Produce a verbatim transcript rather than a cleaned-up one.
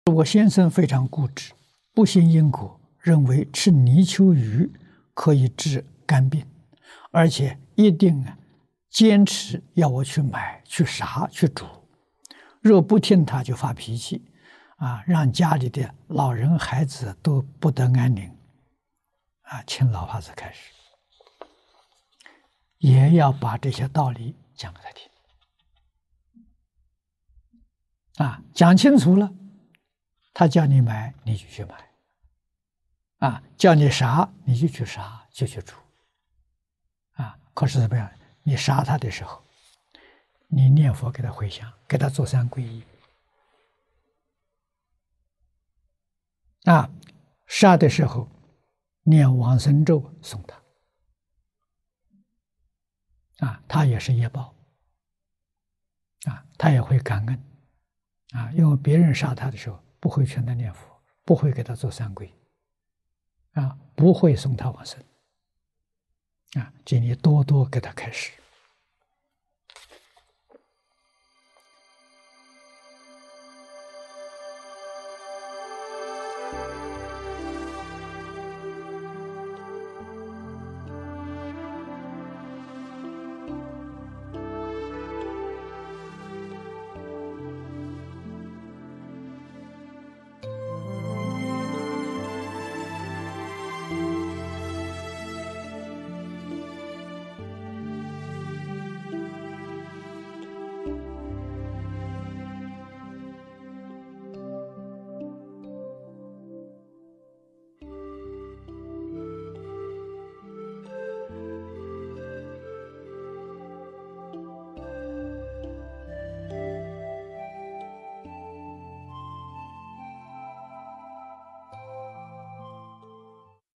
我先生非常固执，不信因果，认为吃泥鳅鱼可以治肝病，而且一定啊坚持要我去买、去杀、去煮。若不听他就发脾气，啊，让家里的老人孩子都不得安宁。啊，请老法师开始，也要把这些道理讲给他听。啊，讲清楚了，他叫你买你就去买，啊，叫你杀你就去杀，就去煮。啊，可是怎么样？你杀他的时候，你念佛给他回向，给他做三皈依。啊，杀的时候念往生咒送他。啊，他也是业报。啊，他也会感恩。啊，因为别人杀他的时候不会劝他念佛，不会给他做三皈，啊，不会送他往生。啊，请你多多给他开示。